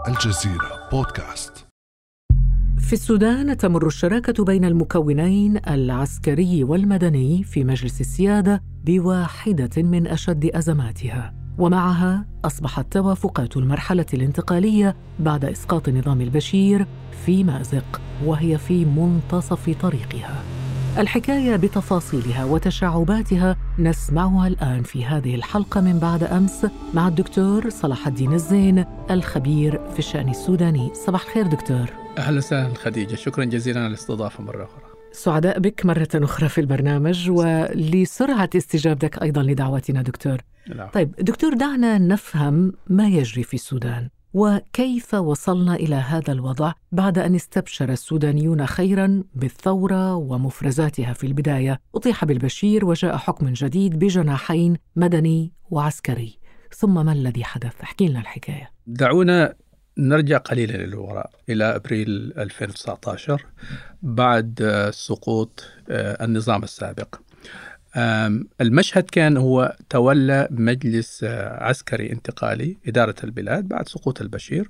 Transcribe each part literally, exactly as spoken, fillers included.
الجزيرة بودكاست. في السودان تمر الشراكة بين المكونين العسكري والمدني في مجلس السيادة بواحدة من أشد أزماتها، ومعها أصبحت توافقات المرحلة الانتقالية بعد إسقاط نظام البشير في مأزق، وهي في منتصف طريقها. الحكاية بتفاصيلها وتشعباتها نسمعها الآن في هذه الحلقة من بعد أمس مع الدكتور صلاح الدين الزين، الخبير في الشأن السوداني. صباح الخير دكتور. أهلا وسهلا خديجة، شكرا جزيلا على الاستضافة مرة أخرى. سعداء بك مرة أخرى في البرنامج ولسرعة استجابتك أيضا لدعوتنا دكتور. لا. طيب دكتور، دعنا نفهم ما يجري في السودان وكيف وصلنا إلى هذا الوضع بعد أن استبشر السودانيون خيراً بالثورة ومفرزاتها في البداية. أطيح بالبشير وجاء حكم جديد بجناحين مدني وعسكري، ثم ما الذي حدث؟ احكي لنا الحكاية. دعونا نرجع قليلاً للوراء إلى أبريل ألفين وتسعة عشر بعد سقوط النظام السابق. المشهد كان هو تولى مجلس عسكري انتقالي إدارة البلاد بعد سقوط البشير،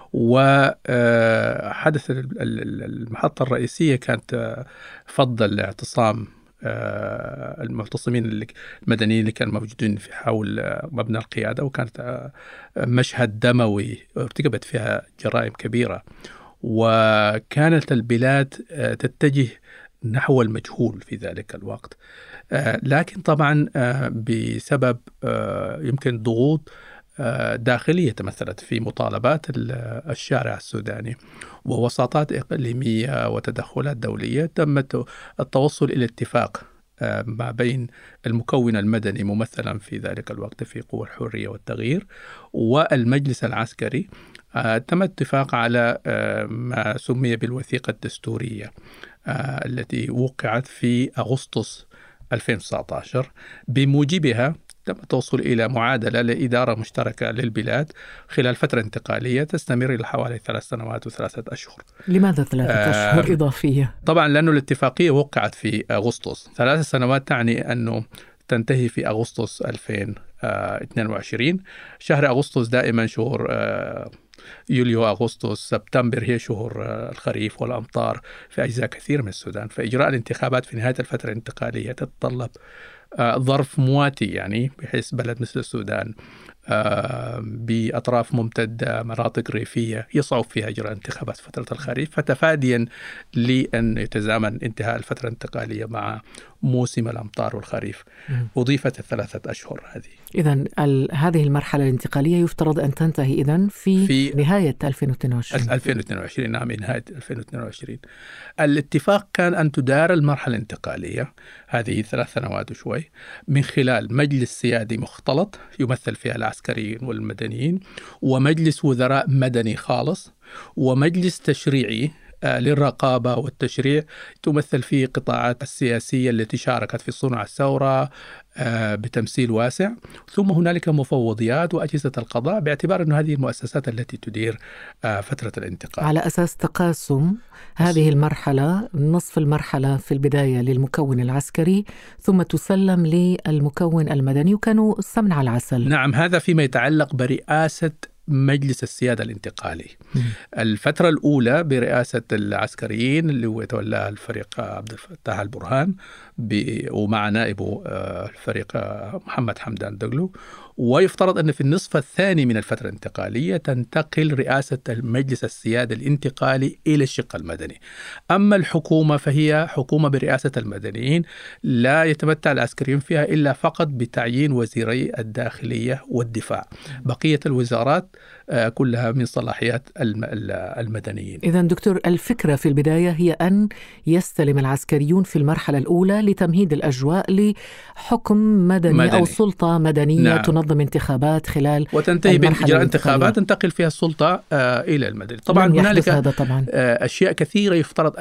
وحدث المحطة الرئيسية كانت فض الاعتصام المعتصمين المدنيين اللي كانوا موجودين في حول مبنى القيادة، وكانت مشهد دموي ارتكبت فيها جرائم كبيرة، وكانت البلاد تتجه نحو المجهول في ذلك الوقت. لكن طبعا بسبب يمكن ضغوط داخلية تمثلت في مطالبات الشارع السوداني ووساطات إقليمية وتدخلات دولية، تم التوصل إلى اتفاق ما بين المكون المدني ممثلا في ذلك الوقت في قوى الحرية والتغيير والمجلس العسكري. تم اتفاق على ما سمي بالوثيقة الدستورية التي وقعت في أغسطس ألفين وتسعة عشر. بموجبها تم التوصل إلى معادلة لإدارة مشتركة للبلاد خلال فترة انتقالية تستمر إلى حوالي ثلاث سنوات وثلاثة أشهر. لماذا ثلاثة آه أشهر إضافية؟ طبعا لأنه الاتفاقية وقعت في أغسطس، ثلاث سنوات تعني أنه تنتهي في أغسطس ألفين واثنين وعشرين. شهر أغسطس دائما شهور آه يوليو، أغسطس، سبتمبر هي شهور الخريف والأمطار في أجزاء كثير من السودان، فإجراء الانتخابات في نهاية الفترة الانتقالية تتطلب ظرف مواتي، يعني بحيث بلد مثل السودان بأطراف ممتدة، مناطق ريفية يصعب فيها إجراء انتخابات في فترة الخريف، فتفاديا لأن يتزامن انتهاء الفترة الانتقالية مع موسم الأمطار والخريف أضيفت الثلاثة أشهر هذه. إذن هذه المرحلة الانتقالية يفترض أن تنتهي إذن في, في نهاية ألفين واثنين وعشرين. ألفين واثنين وعشرين نعم، نهاية ألفين واثنين وعشرين. الاتفاق كان أن تدار المرحلة الانتقالية هذه ثلاث سنوات وشوي من خلال مجلس سيادي مختلط يمثل فيها العسكريين والمدنيين، ومجلس وزراء مدني خالص، ومجلس تشريعي للرقابة والتشريع تمثل فيه قطاعات السياسية التي شاركت في صنع الثورة بتمثيل واسع، ثم هنالك مفوضيات وأجهزة القضاء، باعتبار أن هذه المؤسسات التي تدير فترة الانتقال. على أساس تقاسم هذه المرحلة، نصف المرحلة في البداية للمكون العسكري ثم تسلم للمكون المدني، وكانوا السمن على العسل. نعم، هذا فيما يتعلق برئاسة مجلس السيادة الانتقالي. م. الفترة الأولى برئاسة العسكريين اللي هو يتولى الفريق عبد الفتاح البرهان ومع نائبه الفريق محمد حمدان دقلو، ويفترض أن في النصف الثاني من الفترة الانتقالية تنتقل رئاسة المجلس السيادة الانتقالي إلى الشق المدني. أما الحكومة فهي حكومة برئاسة المدنيين، لا يتمتع العسكريون فيها إلا فقط بتعيين وزيري الداخلية والدفاع، بقية الوزارات كلها من صلاحيات المدنيين. إذن دكتور، الفكرة في البداية هي أن يستلم العسكريون في المرحلة الأولى لتمهيد الأجواء لحكم مدني, مدني. أو سلطة مدنية. نعم. تنظم انتخابات خلال وتنتهي بإجراء انتخابات تنتقل فيها السلطة آه إلى المدني. طبعا هنالك هذا طبعا. آه أشياء كثيرة يفترض أن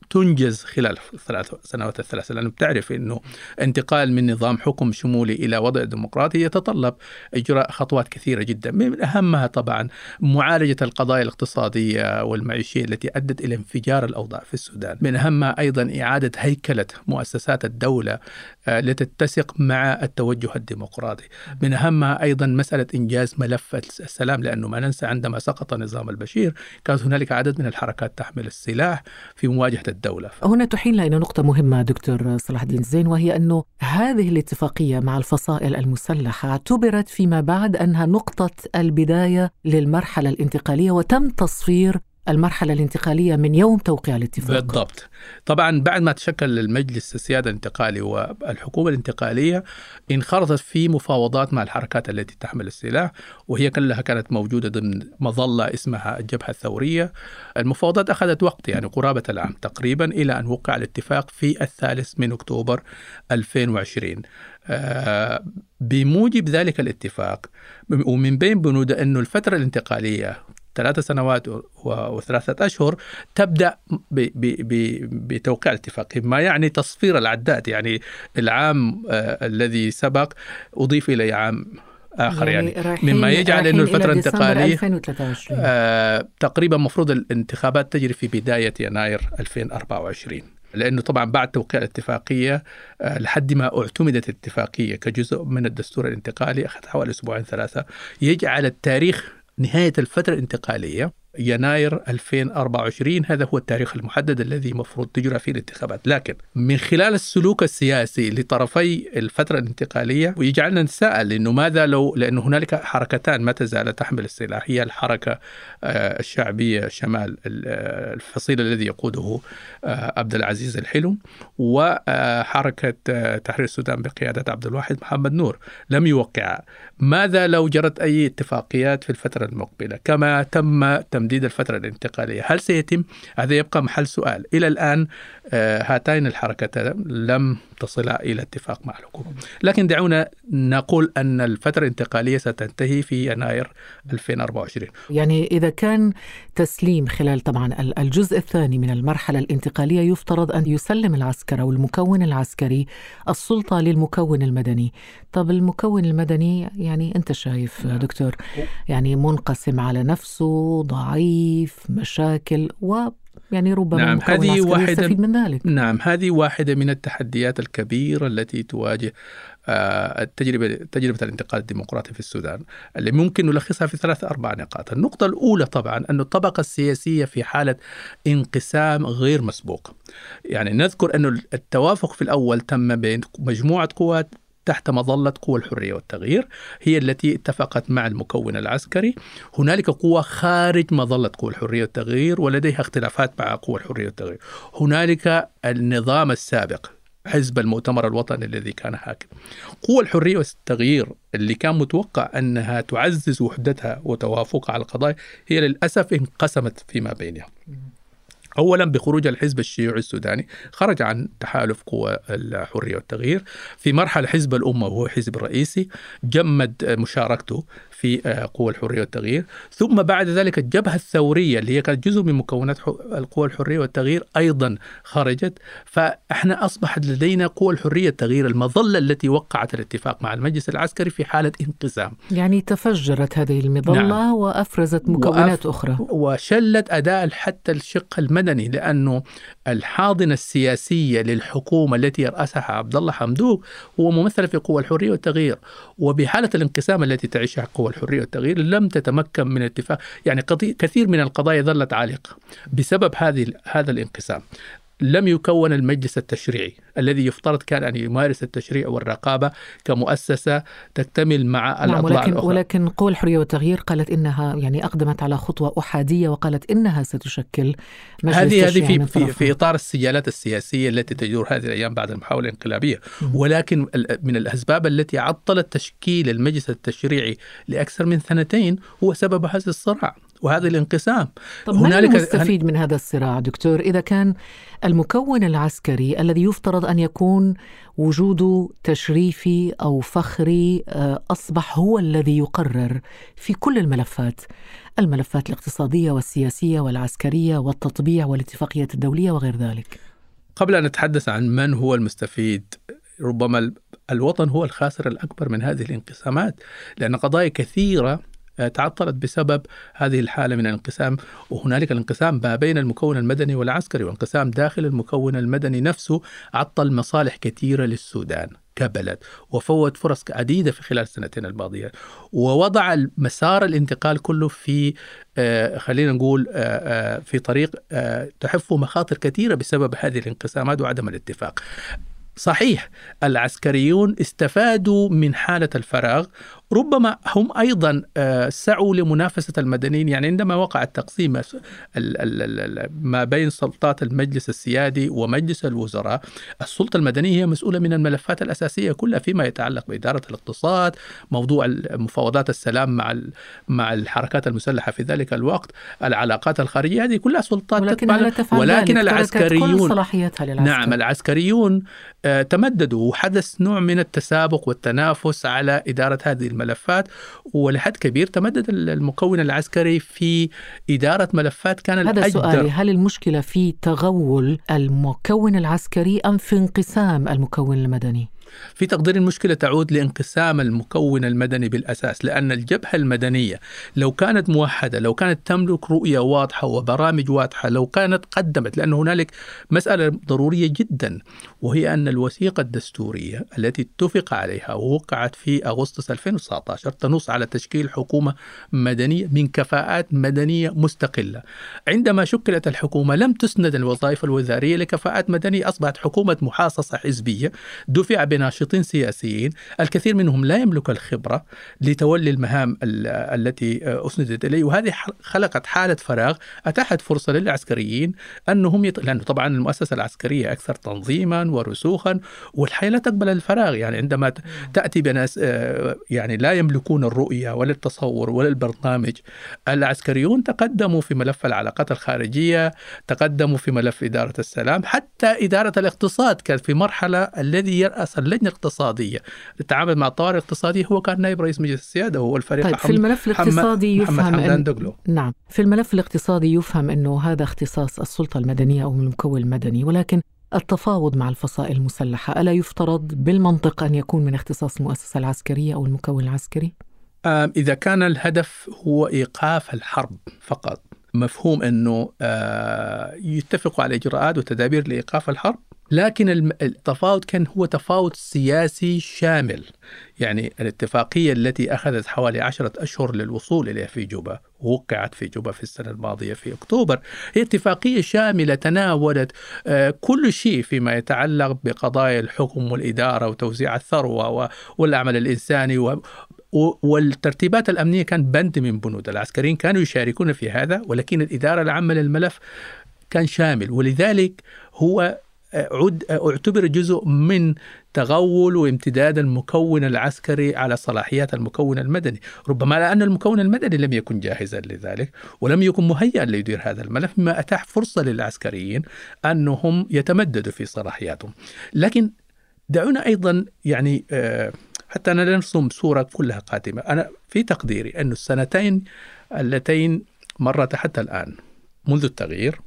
تنجز خلال الثلاث سنوات الثلاثة، لأنه بتعرف أنه انتقال من نظام حكم شمولي إلى وضع ديمقراطي يتطلب إجراء خطوات كثيرة جدا، من أهمها طبعا معالجة القضايا الاقتصادية والمعيشية التي أدت إلى انفجار الأوضاع في السودان، من أهمها أيضا إعادة هيكلة مؤسسات الدولة لتتسق مع التوجه الديمقراطي، من أهمها أيضا مسألة إنجاز ملف السلام، لأنه ما ننسى عندما سقط نظام البشير كانت هنالك عدد من الحركات تحمل السلاح في مواجهة الدولة. هنا تحيلنا إلى نقطة مهمة دكتور صلاح الدين زين، وهي أنه هذه الاتفاقية مع الفصائل المسلحة اعتبرت فيما بعد أنها نقطة البداية للمرحلة الانتقالية، وتم تصفير المرحلة الانتقالية من يوم توقيع الاتفاق. بالضبط. طبعا بعد ما تشكل المجلس السيادة الانتقالي والحكومة الانتقالية انخرطت في مفاوضات مع الحركات التي تحمل السلاح، وهي كلها كانت موجودة ضمن مظلة اسمها الجبهة الثورية. المفاوضات أخذت وقت يعني قرابة العام تقريبا إلى أن وقع الاتفاق في الثالث من أكتوبر ألفين وعشرين. آه بموجب ذلك الاتفاق ومن بين بنود أنه الفترة الانتقالية ثلاث سنوات وثلاثة أشهر تبدأ بتوقيع الاتفاق، ما يعني تصفير العداد، يعني العام آه الذي سبق أضيف إلى عام آخر، يعني, يعني مما يجعل أنه الفترة الانتقالية آه تقريبا مفروض الانتخابات تجري في بداية يناير ألفين وأربعة وعشرين، لأنه طبعا بعد توقيع الاتفاقية آه لحد ما اعتمدت الاتفاقية كجزء من الدستور الانتقالي أخذ حوالي أسبوعين ثلاثة، يجعل التاريخ نهاية الفترة الانتقالية يناير ألفين وأربعة وعشرين، هذا هو التاريخ المحدد الذي مفروض تجرى فيه الانتخابات. لكن من خلال السلوك السياسي لطرفي الفترة الانتقالية ويجعلنا نتساءل إنه ماذا لو، لأنه هنالك حركتان ما تزال تحمل السلاح، هي الحركة الشعبية شمال الفصيل الذي يقوده عبد العزيز الحلم، وحركة تحرير السودان بقيادة عبد الواحد محمد نور لم يوقع. ماذا لو جرت أي اتفاقيات في الفترة المقبلة كما تم تمديد الفترة الانتقالية؟ هل سيتم؟ هذا يبقى محل سؤال. إلى الآن هاتين الحركتان لم تصلا إلى اتفاق مع الحكومة، لكن دعونا نقول أن الفترة الانتقالية ستنتهي في يناير ألفين وأربعة وعشرين. يعني إذا كان تسليم خلال طبعا الجزء الثاني من المرحلة الانتقالية يفترض أن يسلم العسكر أو المكون العسكري السلطة للمكون المدني. طب المكون المدني يعني أنت شايف دكتور يعني منقسم على نفسه، ضعيف، مشاكل، و يعني ربما نعم هذه واحدة من ذلك. نعم هذه واحدة من التحديات الكبيرة التي تواجه التجربة تجربة الانتقال الديمقراطي في السودان، اللي ممكن نلخصها في ثلاث أربع نقاط. النقطة الأولى طبعا أن الطبقة السياسية في حالة انقسام غير مسبوق. يعني نذكر أن التوافق في الأول تم بين مجموعة قوات تحت مظلة قوى الحرية والتغيير، هي التي اتفقت مع المكون العسكري. هنالك قوى خارج مظلة قوى الحرية والتغيير ولديها اختلافات مع قوى الحرية والتغيير. هنالك النظام السابق حزب المؤتمر الوطني الذي كان حاكم. قوى الحرية والتغيير اللي كان متوقع أنها تعزز وحدتها وتوافقها على القضايا هي للأسف انقسمت فيما بينها. أولا بخروج الحزب الشيوعي السوداني، خرج عن تحالف قوى الحرية والتغيير. في مرحلة حزب الأمة وهو حزب رئيسي جمد مشاركته في قوى الحرية والتغيير. ثم بعد ذلك الجبهة الثورية اللي هي كانت جزء من مكونات القوى الحرية والتغيير أيضا خرجت. فإحنا أصبحت لدينا قوى الحرية والتغيير المظلة التي وقعت الاتفاق مع المجلس العسكري في حالة انقسام. يعني تفجرت هذه المظلة. نعم. وأفرزت مكونات وأف... أخرى وشلت أداء حتى الشق المدني، لأنه الحاضنة السياسية للحكومة التي يرأسها عبد الله حمدوك هو ممثل في قوى الحرية والتغيير. وبحالة الانقسام التي تعيشها قوى الحرية والتغيير لم تتمكن من الاتفاق. يعني كثير من القضايا ظلت عالقة بسبب هذه هذا الانقسام. لم يكون المجلس التشريعي الذي يفترض كان أن يمارس التشريع والرقابة كمؤسسة تكتمل مع نعم. الأضلاع ولكن, الأخرى. ولكن قوى الحرية والتغيير قالت إنها يعني أقدمت على خطوة أحادية وقالت إنها ستشكل مجلس هذه تشريعي هذه من في, في, في إطار السجالات السياسية التي تدور هذه الأيام بعد المحاولة الانقلابية. م. ولكن من الأسباب التي عطلت تشكيل المجلس التشريعي لأكثر من سنتين هو سبب هذا الصراع. وهذا الانقسام. طب هنالك من المستفيد من هذا الصراع دكتور إذا كان المكون العسكري الذي يفترض أن يكون وجوده تشريفي أو فخري أصبح هو الذي يقرر في كل الملفات، الملفات الاقتصادية والسياسية والعسكرية والتطبيع والاتفاقيات الدولية وغير ذلك؟ قبل أن نتحدث عن من هو المستفيد، ربما الوطن هو الخاسر الأكبر من هذه الانقسامات، لأن قضايا كثيرة تعطلت بسبب هذه الحالة من الانقسام. وهنالك الانقسام ما بين المكون المدني والعسكري، وانقسام داخل المكون المدني نفسه عطل مصالح كثيرة للسودان كبلد، وفوت فرص عديدة في خلال السنتين الماضية، ووضع مسار الانتقال كله في آه خلينا نقول آه آه في طريق آه تحفه مخاطر كثيرة بسبب هذه الانقسامات وعدم الاتفاق. صحيح العسكريون استفادوا من حالة الفراغ، ربما هم أيضا سعوا لمنافسة المدنيين. يعني عندما وقع التقسيم ما بين سلطات المجلس السيادي ومجلس الوزراء، السلطة المدنية هي مسؤولة من الملفات الأساسية كلها فيما يتعلق بإدارة الاقتصاد، موضوع مفاوضات السلام مع مع الحركات المسلحة في ذلك الوقت، العلاقات الخارجية، هذه كلها سلطات ولكن, ولكن العسكريون نعم العسكريون تمددوا وحدث نوع من التسابق والتنافس على إدارة هذه الملفات، ولحد كبير تمدد المكون العسكري في إدارة ملفات كان هذا الأجدر. سؤالي، هل المشكلة في تغول المكون العسكري أم في انقسام المكون المدني؟ في تقدير المشكلة تعود لانقسام المكون المدني بالأساس، لأن الجبهة المدنية لو كانت موحدة، لو كانت تملك رؤية واضحة وبرامج واضحة، لو كانت قدمت، لأن هنالك مسألة ضرورية جدا، وهي أن الوثيقة الدستورية التي اتفق عليها ووقعت في أغسطس ألفين وتسعة عشر تنص على تشكيل حكومة مدنية من كفاءات مدنية مستقلة. عندما شكلت الحكومة لم تسند الوظائف الوزارية لكفاءات مدنية، أصبحت حكومة محاصصة حزبية دفع ناشطين سياسيين، الكثير منهم لا يملك الخبرة لتولي المهام التي أسندت إليه، وهذه خلقت حالة فراغ أتاحت فرصة للعسكريين أنهم يط... لأنه طبعا المؤسسة العسكرية أكثر تنظيما ورسوخا، والحياة لا تقبل الفراغ. يعني عندما تأتي بناس يعني لا يملكون الرؤية ولا التصور ولا البرنامج، العسكريون تقدموا في ملف العلاقات الخارجية، تقدموا في ملف إدارة السلام، حتى إدارة الاقتصاد كان في مرحلة الذي يرأس اللجنة الاقتصادية للتعامل مع الطوارئ الاقتصادية هو كان نائب رئيس مجلس السيادة وهو الفريق. طيب في الملف الاقتصادي يفهم إن... نعم في الملف الاقتصادي يفهم أنه هذا اختصاص السلطة المدنية أو المكون المدني، ولكن التفاوض مع الفصائل المسلحة ألا يفترض بالمنطق أن يكون من اختصاص المؤسسة العسكرية أو المكون العسكري؟ إذا كان الهدف هو إيقاف الحرب فقط، مفهوم أنه يتفقوا على إجراءات وتدابير لإيقاف الحرب، لكن التفاوض كان هو تفاوض سياسي شامل. يعني الاتفاقية التي أخذت حوالي عشرة أشهر للوصول إليها في جوبا، وقعت في جوبا في السنة الماضية في أكتوبر، هي اتفاقية شاملة تناولت كل شيء فيما يتعلق بقضايا الحكم والإدارة وتوزيع الثروة والعمل الإنساني، والترتيبات الأمنية كان بند من بنود. العسكريين كانوا يشاركون في هذا، ولكن الإدارة العامة للملف كان شامل، ولذلك هو اعتبر جزء من تغول وامتداد المكون العسكري على صلاحيات المكون المدني، ربما لأن المكون المدني لم يكن جاهزا لذلك ولم يكن مهيئا ليدير هذا الملف، مما أتاح فرصة للعسكريين أنهم يتمددوا في صلاحياتهم. لكن دعونا أيضا يعني حتى أنا نرسم صورة كلها قاتمة. أنا في تقديري أن السنتين اللتين مرت حتى الآن منذ التغيير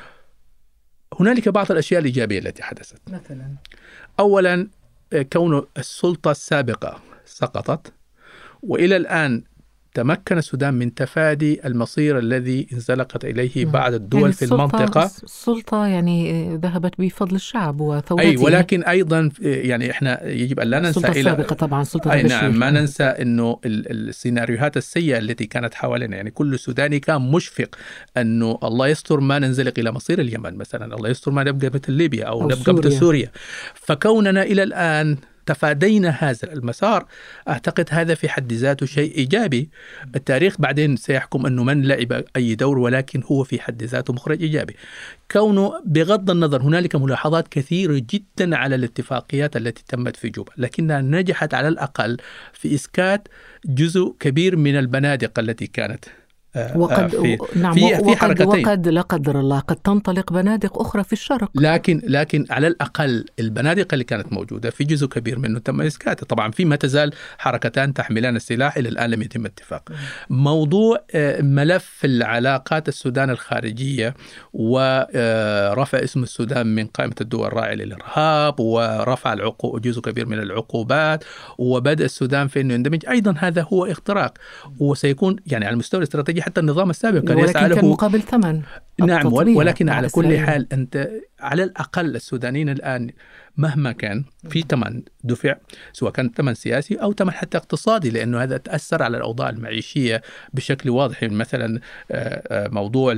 هنالك بعض الأشياء الإيجابية التي حدثت. مثلا أولا كون السلطة السابقة سقطت، وإلى الآن تمكن السودان من تفادي المصير الذي انزلقت إليه بعض الدول يعني في المنطقة. السلطة يعني ذهبت بفضل الشعب وثورته. أي ولكن أيضا يعني إحنا يجب أن لا ننسى السلطة السابقة طبعا السلطة أي نعم ما ننسى إنه السيناريوهات السيئة التي كانت حوالينا. يعني كل سوداني كان مشفق أنه الله يستر ما ننزلق إلى مصير اليمن مثلا، الله يستر ما نبقى مثل ليبيا أو, أو نبقى مثل سوريا. فكوننا إلى الآن تفادينا هذا المسار، أعتقد هذا في حد ذاته شيء إيجابي. التاريخ بعدين سيحكم أنه من لعب أي دور، ولكن هو في حد ذاته مخرج إيجابي. كونه بغض النظر هنالك ملاحظات كثيرة جدا على الاتفاقيات التي تمت في جوبا، لكنها نجحت على الأقل في إسكات جزء كبير من البنادق التي كانت وقد في نعم في, في وقد, حركتين. وقد لا قدر الله قد تنطلق بنادق أخرى في الشرق. لكن لكن على الأقل البنادق اللي كانت موجودة في جزء كبير منه تم إسكاته. طبعا في ما تزال حركتان تحملان السلاح إلى الآن لم يتم اتفاق. موضوع ملف العلاقات السودان الخارجية ورفع اسم السودان من قائمة الدول الراعية للإرهاب ورفع العقوبات جزء كبير من العقوبات وبدأ السودان في أنه يندمج، أيضا هذا هو اختراق وسيكون يعني على المستوى الاستراتيجي حتى النظام السابق كان يسعى له، كان مقابل ثمن. نعم، ولكن على كل حال أنت على الأقل السودانيين الآن مهما كان في ثمن دفع، سواء كان ثمن سياسي أو ثمن حتى اقتصادي، لأنه هذا تأثر على الأوضاع المعيشية بشكل واضح. مثلا موضوع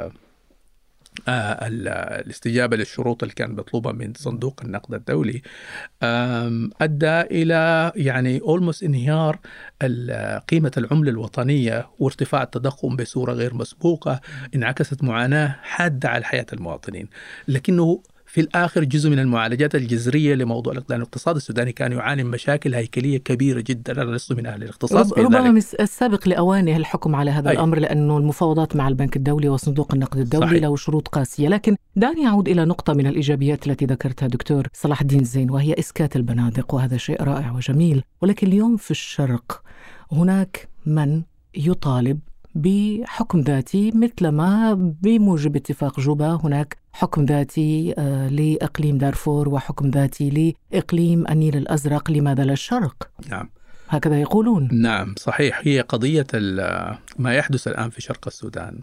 آه الاستجابة للشروط اللي كان مطلوبة من صندوق النقد الدولي أدى إلى يعني almost انهيار قيمة العملة الوطنية وارتفاع التضخم بصورة غير مسبوقة، انعكست معاناة حادة على حياة المواطنين. لكنه في الآخر جزء من المعالجات الجذرية لموضوع الاقتصاد السوداني كان يعاني من مشاكل هيكلية كبيرة جدا. أنا لست من أهل الاقتصاد، ربما السابق لأوانه الحكم على هذا أي. الأمر، لأنه المفاوضات مع البنك الدولي وصندوق النقد الدولي له شروط قاسية. لكن دعني أعود إلى نقطة من الإيجابيات التي ذكرتها دكتور صلاح الدين زين، وهي إسكات البنادق، وهذا شيء رائع وجميل. ولكن اليوم في الشرق هناك من يطالب بحكم ذاتي، مثلما بموجب اتفاق جوبا هناك حكم ذاتي لإقليم دارفور وحكم ذاتي لإقليم النيل الأزرق. لماذا لا الشرق؟ نعم، هكذا يقولون. نعم صحيح. هي قضية ما يحدث الآن في شرق السودان.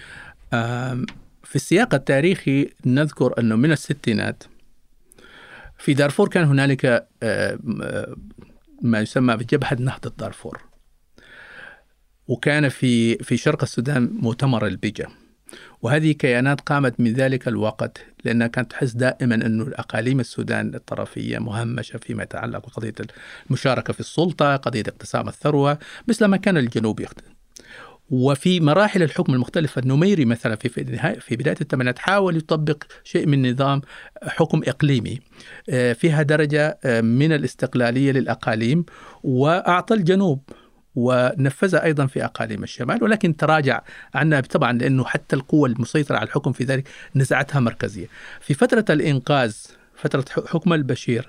في السياق التاريخي نذكر أنه من الستينات في دارفور كان هنالك ما يسمى بجبهة نهضة دارفور، وكان في في شرق السودان مؤتمر البيجا، وهذه كيانات قامت من ذلك الوقت لأنها كانت تحس دائما أن الأقاليم السودان الطرفية مهمشة فيما يتعلق بقضية المشاركة في السلطة، قضية اقتسام الثروة، مثل ما كان الجنوب يخدم. وفي مراحل الحكم المختلفة، النميري مثلا في في بداية الثمانينات حاول يطبق شيء من نظام حكم إقليمي فيها درجة من الاستقلالية للأقاليم، وأعطى الجنوب ونفذها أيضا في أقاليم الشمال، ولكن تراجع عنها طبعا لأنه حتى القوة المسيطرة على الحكم في ذلك نزعتها مركزية. في فترة الإنقاذ، فترة حكم البشير،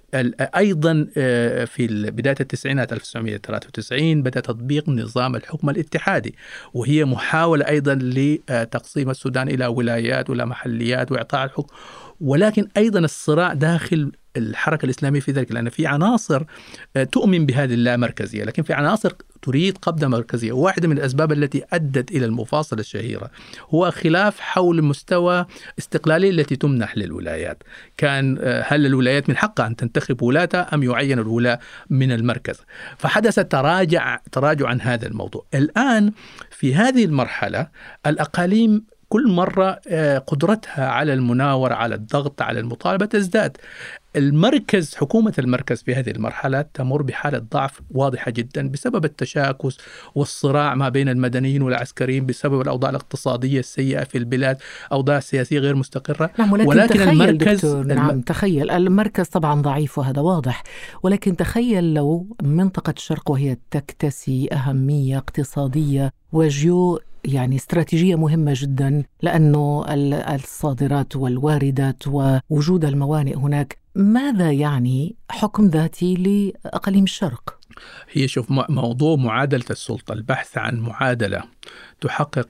أيضا في بداية التسعينات ألف وتسعمائة وثلاثة وتسعين بدأ تطبيق نظام الحكم الاتحادي، وهي محاولة أيضا لتقسيم السودان إلى ولايات وإلى محليات وإعطاء الحكم، ولكن أيضا الصراع داخل الحركة الإسلامية في ذلك، لأن في عناصر تؤمن بهذه اللامركزية لكن في عناصر تريد قبضة مركزية. واحدة من الأسباب التي أدت إلى المفاصلة الشهيرة هو خلاف حول مستوى استقلالية التي تمنح للولايات. كان هل الولايات من حقها أن تنتخب ولاتها أم يعين الولاة من المركز؟ فحدث تراجع تراجع عن هذا الموضوع. الآن في هذه المرحلة الأقاليم كل مرة قدرتها على المناورة، على الضغط، على المطالبة تزداد. المركز، حكومة المركز في هذه المرحلة تمر بحالة ضعف واضحة جدا بسبب التشاكس والصراع ما بين المدنيين والعسكريين، بسبب الأوضاع الاقتصادية السيئة في البلاد، أوضاع سياسية غير مستقرة. نعم، ولكن, ولكن تخيل المركز دكتور، نعم الم... تخيل المركز طبعا ضعيف وهذا واضح، ولكن تخيل لو منطقة الشرق وهي تكتسي أهمية اقتصادية وجيو يعني استراتيجية مهمة جدا، لأنه الصادرات والواردات ووجود الموانئ هناك، ماذا يعني حكم ذاتي لأقاليم الشرق؟ هي شوف موضوع معادلة السلطة، البحث عن معادلة تحقق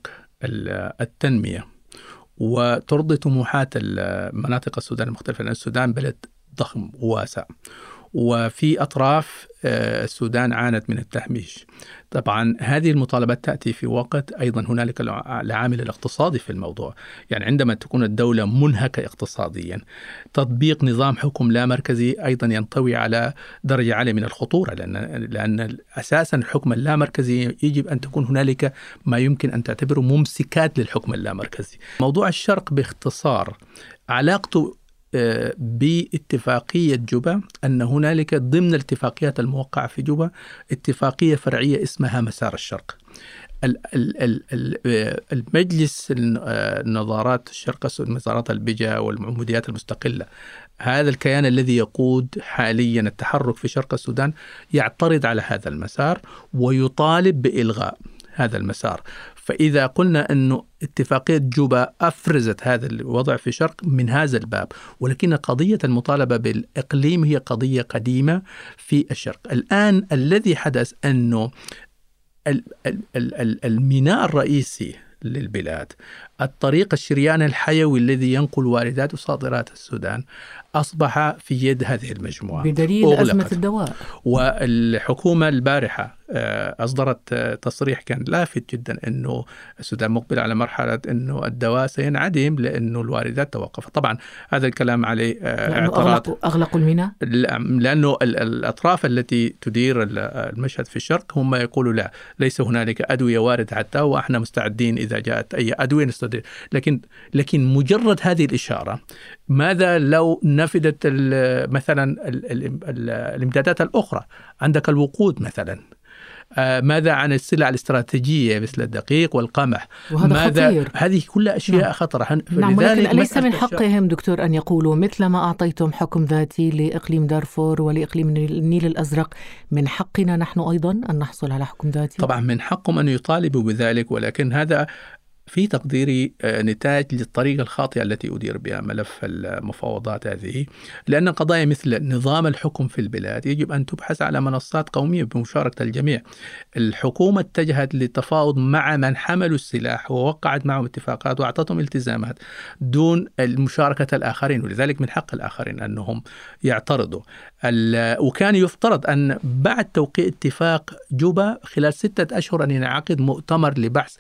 التنمية وترضي طموحات المناطق السودان المختلفة، لأن السودان بلد ضخم وواسع، وفي أطراف السودان عانت من التهميش. طبعا هذه المطالبات تأتي في وقت أيضا هنالك العامل الاقتصادي في الموضوع. يعني عندما تكون الدولة منهكة اقتصاديا، تطبيق نظام حكم لا مركزي أيضا ينطوي على درجة عالية من الخطورة، لأن لأن أساسا الحكم اللامركزي يجب أن تكون هنالك ما يمكن أن تعتبره ممسكات للحكم اللامركزي. موضوع الشرق باختصار علاقته باتفاقية جوبا، أن هنالك ضمن الاتفاقيات الموقعة في جوبا اتفاقية فرعية اسمها مسار الشرق. المجلس النظارات الشرق، نظارات البيجا والمعموديات المستقلة، هذا الكيان الذي يقود حاليا التحرك في شرق السودان، يعترض على هذا المسار ويطالب بإلغاء هذا المسار. فإذا قلنا أنه اتفاقية جوبا أفرزت هذا الوضع في الشرق من هذا الباب، ولكن قضية المطالبة بالإقليم هي قضية قديمة في الشرق. الآن الذي حدث أنه الميناء الرئيسي للبلاد، الطريق الشريان الحيوي الذي ينقل واردات وصادرات السودان، أصبح في يد هذه المجموعة بدليل أغلقت. أزمة الدواء. والحكومة البارحة أصدرت تصريح كان لافت جدا أنه السودان مقبل على مرحلة أنه الدواء سينعدم لأنه الواردات توقفت. طبعا هذا الكلام عليه اعتراض. أغلقوا, أغلقوا الميناء؟ لأنه الأطراف التي تدير المشهد في الشرق هم يقولوا لا، ليس هنالك أدوية واردة حتى، وإحنا مستعدين إذا جاءت أي أدوية نستطيع. لكن لكن مجرد هذه الإشارة، ماذا لو نفدت مثلا الإمدادات الأخرى؟ عندك الوقود مثلا، ماذا عن السلع الاستراتيجية مثل الدقيق والقمح؟ ماذا خطير. هذه كلها أشياء نعم. خطرة. نعم، ولكن أليس من حقهم دكتور أن يقولوا مثل ما أعطيتم حكم ذاتي لإقليم دارفور ولإقليم النيل الأزرق، من حقنا نحن أيضا أن نحصل على حكم ذاتي؟ طبعا من حقهم أن يطالبوا بذلك، ولكن هذا في تقديري نتاج للطريقة الخاطئة التي أدير بها ملف المفاوضات هذه، لأن قضايا مثل نظام الحكم في البلاد يجب أن تبحث على منصات قومية بمشاركة الجميع. الحكومة اتجهت للتفاوض مع من حملوا السلاح ووقعت معهم اتفاقات وأعطتهم التزامات دون المشاركة الآخرين، ولذلك من حق الآخرين أنهم يعترضوا. وكان يفترض أن بعد توقيع اتفاق جوبا خلال ستة أشهر أن ينعقد مؤتمر لبحث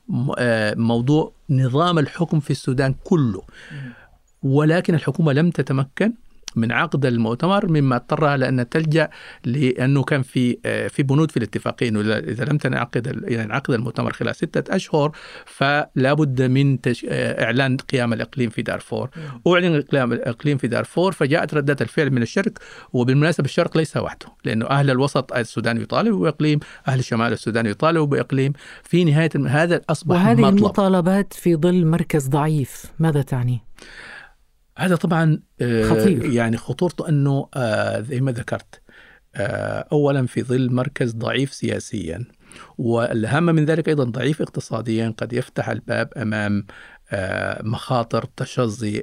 موضوع نظام الحكم في السودان كله، ولكن الحكومة لم تتمكن من عقد المؤتمر، مما اضطرها لأن تلجأ لأنه كان في في بنود في الاتفاقية إنه إذا لم تنعقد ينعقد المؤتمر خلال ستة أشهر فلا بد من تش... إعلان قيام الإقليم في دارفور. أعلن قيام الإقليم في دارفور، فجاءت ردة الفعل من الشرق، وبالمناسبة الشرق ليس وحده، لأنه أهل الوسط السودان يطالبوا بإقليم، أهل الشمال السودان يطالبوا بإقليم. في نهاية هذا أصبح وهذه مطلب. المطالبات في ظل مركز ضعيف، ماذا تعني؟ هذا طبعا خطير. يعني خطورته أنه زي ما ذكرت، أولا في ظل مركز ضعيف سياسيا، والأهم من ذلك أيضا ضعيف اقتصاديا، قد يفتح الباب أمام مخاطر تشظي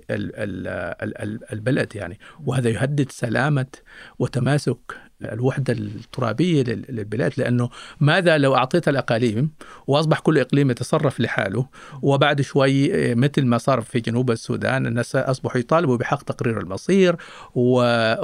البلد يعني، وهذا يهدد سلامة وتماسك الوحدة الترابية للبلاد. لأنه ماذا لو أعطيت الأقاليم وأصبح كل إقليم يتصرف لحاله، وبعد شوي مثل ما صار في جنوب السودان الناس أصبحوا يطالبوا بحق تقرير المصير و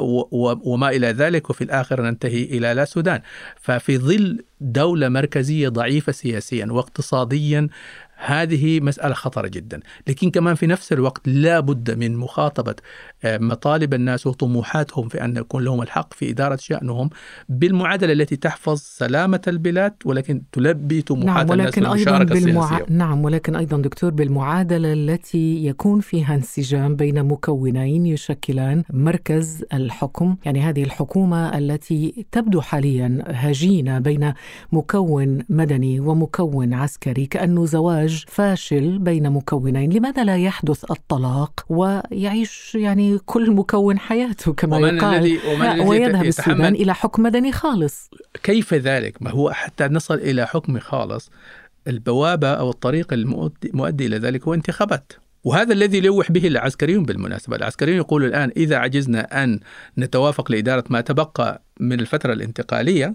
و وما إلى ذلك، وفي الآخر ننتهي إلى لا سودان. ففي ظل دولة مركزية ضعيفة سياسيا واقتصاديا، هذه مسألة خطرة جدا. لكن كمان في نفس الوقت لا بد من مخاطبة مطالب الناس وطموحاتهم في أن يكون لهم الحق في إدارة شأنهم بالمعادلة التي تحفظ سلامة البلاد، ولكن تلبي طموحات نعم، الناس بالمشاركة بالمع... السياسية. نعم، ولكن أيضا دكتور بالمعادلة التي يكون فيها انسجام بين مكونين يشكلان مركز الحكم، يعني هذه الحكومة التي تبدو حاليا هجينة بين مكون مدني ومكون عسكري، كأنه زواج فاشل بين مكونين. لماذا لا يحدث الطلاق ويعيش يعني كل مكون حياته كما يقال، ويذهب السودان إلى حكم مدني خالص؟ كيف ذلك؟ ما هو حتى نصل إلى حكم خالص، البوابة أو الطريق المؤدي إلى ذلك هو انتخابات. وهذا الذي يلوح به العسكريون. بالمناسبة العسكريون يقولوا الآن إذا عجزنا أن نتوافق لإدارة ما تبقى من الفترة الانتقالية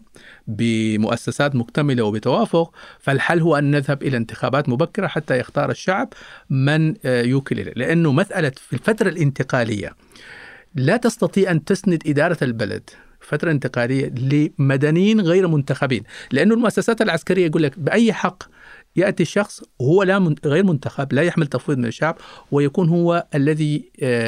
بمؤسسات مكتملة وبتوافق، فالحل هو أن نذهب إلى انتخابات مبكرة حتى يختار الشعب من يوكل إليه. لأنه مسألة في الفترة الانتقالية لا تستطيع أن تسند إدارة البلد فترة انتقالية لمدنيين غير منتخبين، لأنه المؤسسات العسكرية يقول لك بأي حق يأتي الشخص هو لا من غير منتخب، لا يحمل تفويض من الشعب، ويكون هو الذي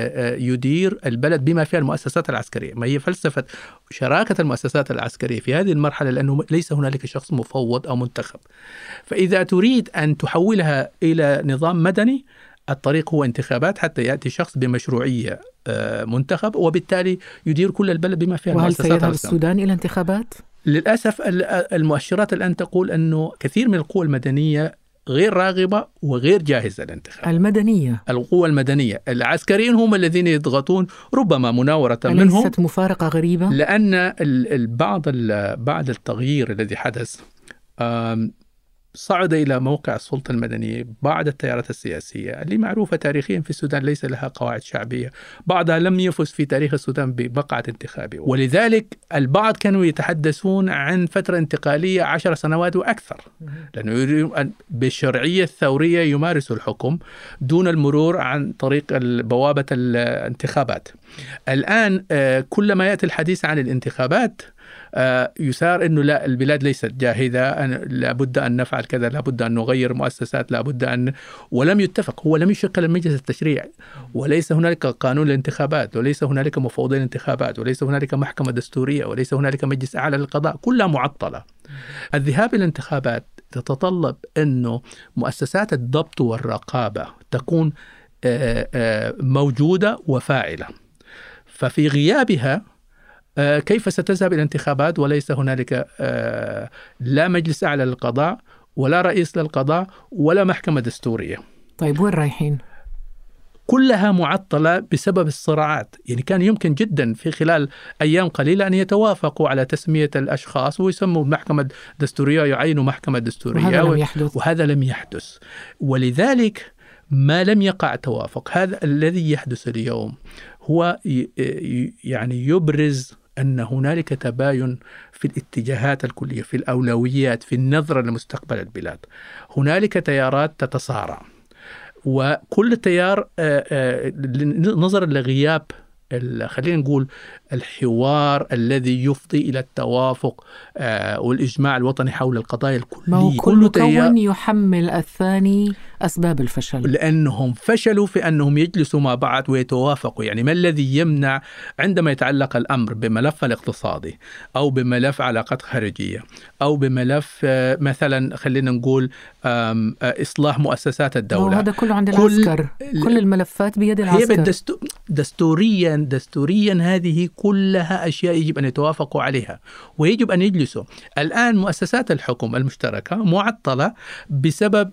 يدير البلد بما فيها المؤسسات العسكرية. ما هي فلسفة شراكة المؤسسات العسكرية في هذه المرحلة، لأنه ليس هنالك شخص مفوض أو منتخب. فإذا تريد أن تحولها إلى نظام مدني، الطريق هو انتخابات حتى يأتي شخص بمشروعية منتخب، وبالتالي يدير كل البلد بما فيها المؤسسات العسكرية. وهل سيذهب السودان إلى انتخابات؟ للأسف المؤشرات الآن تقول أنه كثير من القوى المدنية غير راغبة وغير جاهزة للانتخاب. المدنية القوى المدنية العسكريين هم الذين يضغطون، ربما مناورة منهم. أليست مفارقة غريبة؟ لأن بعض بعض التغيير الذي حدث صعد إلى موقع السلطة المدنية بعض التيارات السياسية اللي معروفة تاريخيا في السودان ليس لها قواعد شعبية، بعضها لم يفز في تاريخ السودان بمقعد انتخابي، ولذلك البعض كانوا يتحدثون عن فترة انتقالية عشر سنوات وأكثر، لأنه يريدون بالشرعية الثورية يمارسوا الحكم دون المرور عن طريق بوابة الانتخابات. الآن كلما يأتي الحديث عن الانتخابات يسار أنه لا، البلاد ليست جاهزة، لابد أن نفعل كذا، لابد أن نغير مؤسسات، لابد أن، ولم يتفق. هو لم يشكل المجلس التشريعي، وليس هنالك قانون الانتخابات، وليس هنالك مفوضين الانتخابات، وليس هنالك محكمة دستورية، وليس هنالك مجلس أعلى للقضاء، كلها معطلة. الذهاب إلى الانتخابات تتطلب أنه مؤسسات الضبط والرقابة تكون موجودة وفاعلة، ففي غيابها كيف ستذهب إلى الانتخابات وليس هنالك لا مجلس أعلى للقضاء ولا رئيس للقضاء ولا محكمة دستورية؟ طيب وين رايحين؟ كلها معطلة بسبب الصراعات. يعني كان يمكن جدا في خلال أيام قليلة أن يتوافقوا على تسمية الأشخاص ويسموا محكمة دستورية، يعينوا محكمة دستورية، وهذا لم يحدث. وهذا لم يحدث. ولذلك ما لم يقع توافق. هذا الذي يحدث اليوم هو يعني يبرز أن هنالك تباين في الاتجاهات الكلية، في الأولويات، في النظرة لمستقبل البلاد. هنالك تيارات تتصارع، وكل تيار نظرا لغياب خلينا نقول الحوار الذي يفضي إلى التوافق والإجماع الوطني حول القضايا الكلية. كل كون يحمل الثاني أسباب الفشل، لأنهم فشلوا في أنهم يجلسوا مع بعض ويتوافقوا. يعني ما الذي يمنع عندما يتعلق الأمر بملف الاقتصادي أو بملف علاقات خارجية أو بملف مثلا خلينا نقول إصلاح مؤسسات الدولة؟ هذا كله عند العسكر، كل, كل الملفات بيد العسكر. دستو دستوريا دستوريا هذه كلها أشياء يجب أن يتوافقوا عليها ويجب أن يجلسوا. الآن مؤسسات الحكم المشتركة معطلة بسبب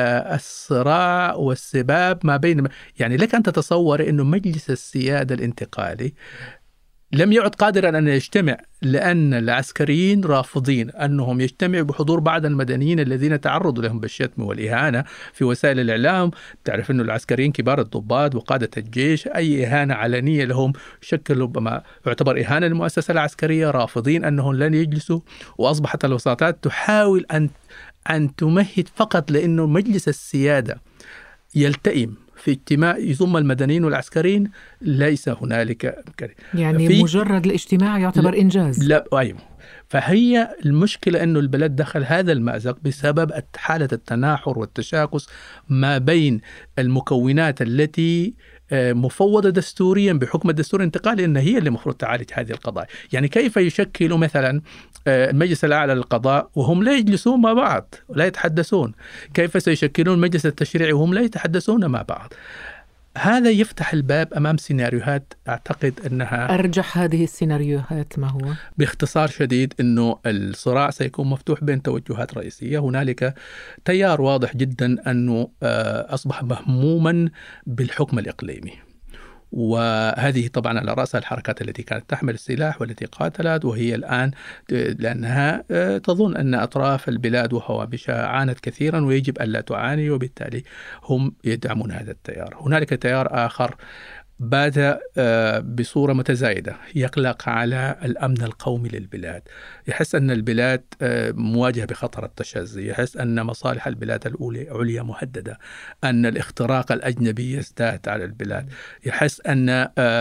الصراع والسباب ما بين، يعني لك أن تتصور أنه مجلس السيادة الانتقالي لم يعد قادرا أن يجتمع، لأن العسكريين رافضين أنهم يجتمعوا بحضور بعض المدنيين الذين تعرضوا لهم بالشتم والإهانة في وسائل الإعلام. تعرف أن العسكريين كبار الضباط وقادة الجيش أي إهانة علنية لهم شكل ربما يعتبر إهانة للمؤسسة العسكرية، رافضين أنهم لن يجلسوا. وأصبحت الوساطات تحاول أن أن تمهد فقط لأنه مجلس السيادة يلتئم في اجتماع يضم المدنيين والعسكريين، ليس هنالك يعني مجرد الاجتماع يعتبر لا إنجاز. لا أيوه. فهي المشكلة أنه البلد دخل هذا المأزق بسبب حالة التناحر والتشاكس ما بين المكونات التي مفوضة دستوريا بحكم الدستور الانتقالي أن هي اللي مفروض تعالج هذه القضايا. يعني كيف يشكلوا مثلا المجلس الأعلى للقضاء وهم لا يجلسون مع بعض ولا يتحدثون؟ كيف سيشكلون المجلس التشريعي وهم لا يتحدثون مع بعض؟ هذا يفتح الباب أمام سيناريوهات أعتقد أنها أرجح. هذه السيناريوهات ما هو؟ باختصار شديد أنه الصراع سيكون مفتوح بين توجهات رئيسية. هنالك تيار واضح جدا أنه أصبح مهموما بالحكم الإقليمي، وهذه طبعا على رأسها الحركات التي كانت تحمل السلاح والتي قاتلت، وهي الآن لأنها تظن أن أطراف البلاد وهوامشها عانت كثيرا ويجب ألا تعاني، وبالتالي هم يدعمون هذا التيار. هنالك تيار آخر بات بصورة متزايدة يقلق على الأمن القومي للبلاد، يحس أن البلاد مواجهة بخطر التشظي، يحس أن مصالح البلاد العليا مهددة، أن الاختراق الأجنبي يزداد على البلاد، يحس أن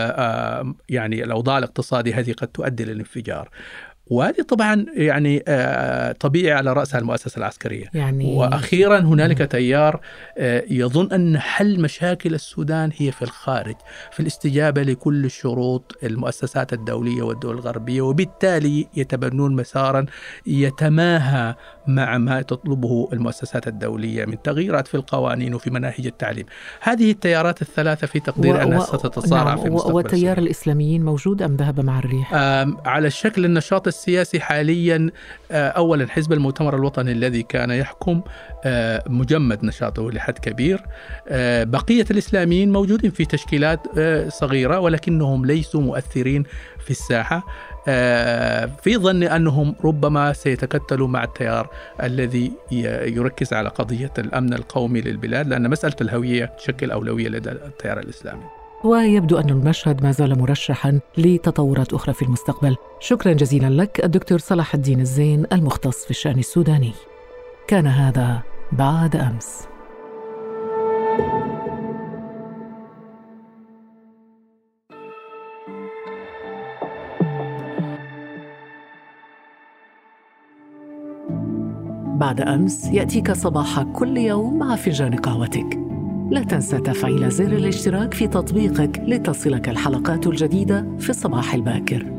يعني الأوضاع الاقتصادية هذه قد تؤدي للانفجار. وهذه طبعا يعني طبيعي على رأسها المؤسسة العسكرية. يعني وأخيرا هنالك تيار يظن أن حل مشاكل السودان هي في الخارج، في الاستجابة لكل الشروط المؤسسات الدولية والدول الغربية، وبالتالي يتبنون مسارا يتماهى مع ما تطلبه المؤسسات الدولية من تغييرات في القوانين وفي مناهج التعليم. هذه التيارات الثلاثة في تقدير و... أنها ستتصارع نعم. في المستقبل. وتيار الإسلاميين موجود أم ذهب مع الريح؟ على الشكل النشاط السياسي حاليا أولا حزب المؤتمر الوطني الذي كان يحكم مجمد نشاطه لحد كبير. بقية الإسلاميين موجودين في تشكيلات صغيرة ولكنهم ليسوا مؤثرين في الساحة، في ظن أنهم ربما سيتكتلوا مع التيار الذي يركز على قضية الأمن القومي للبلاد، لأن مسألة الهوية تشكل أولوية لدى التيار الإسلامي. ويبدو أن المشهد ما زال مرشحاً لتطورات أخرى في المستقبل. شكراً جزيلاً لك الدكتور صلاح الدين الزين المختص في الشأن السوداني. كان هذا بعد أمس. بعد أمس يأتيك صباح كل يوم مع فنجان قهوتك. لا تنسى تفعيل زر الاشتراك في تطبيقك لتصلك الحلقات الجديدة في الصباح الباكر.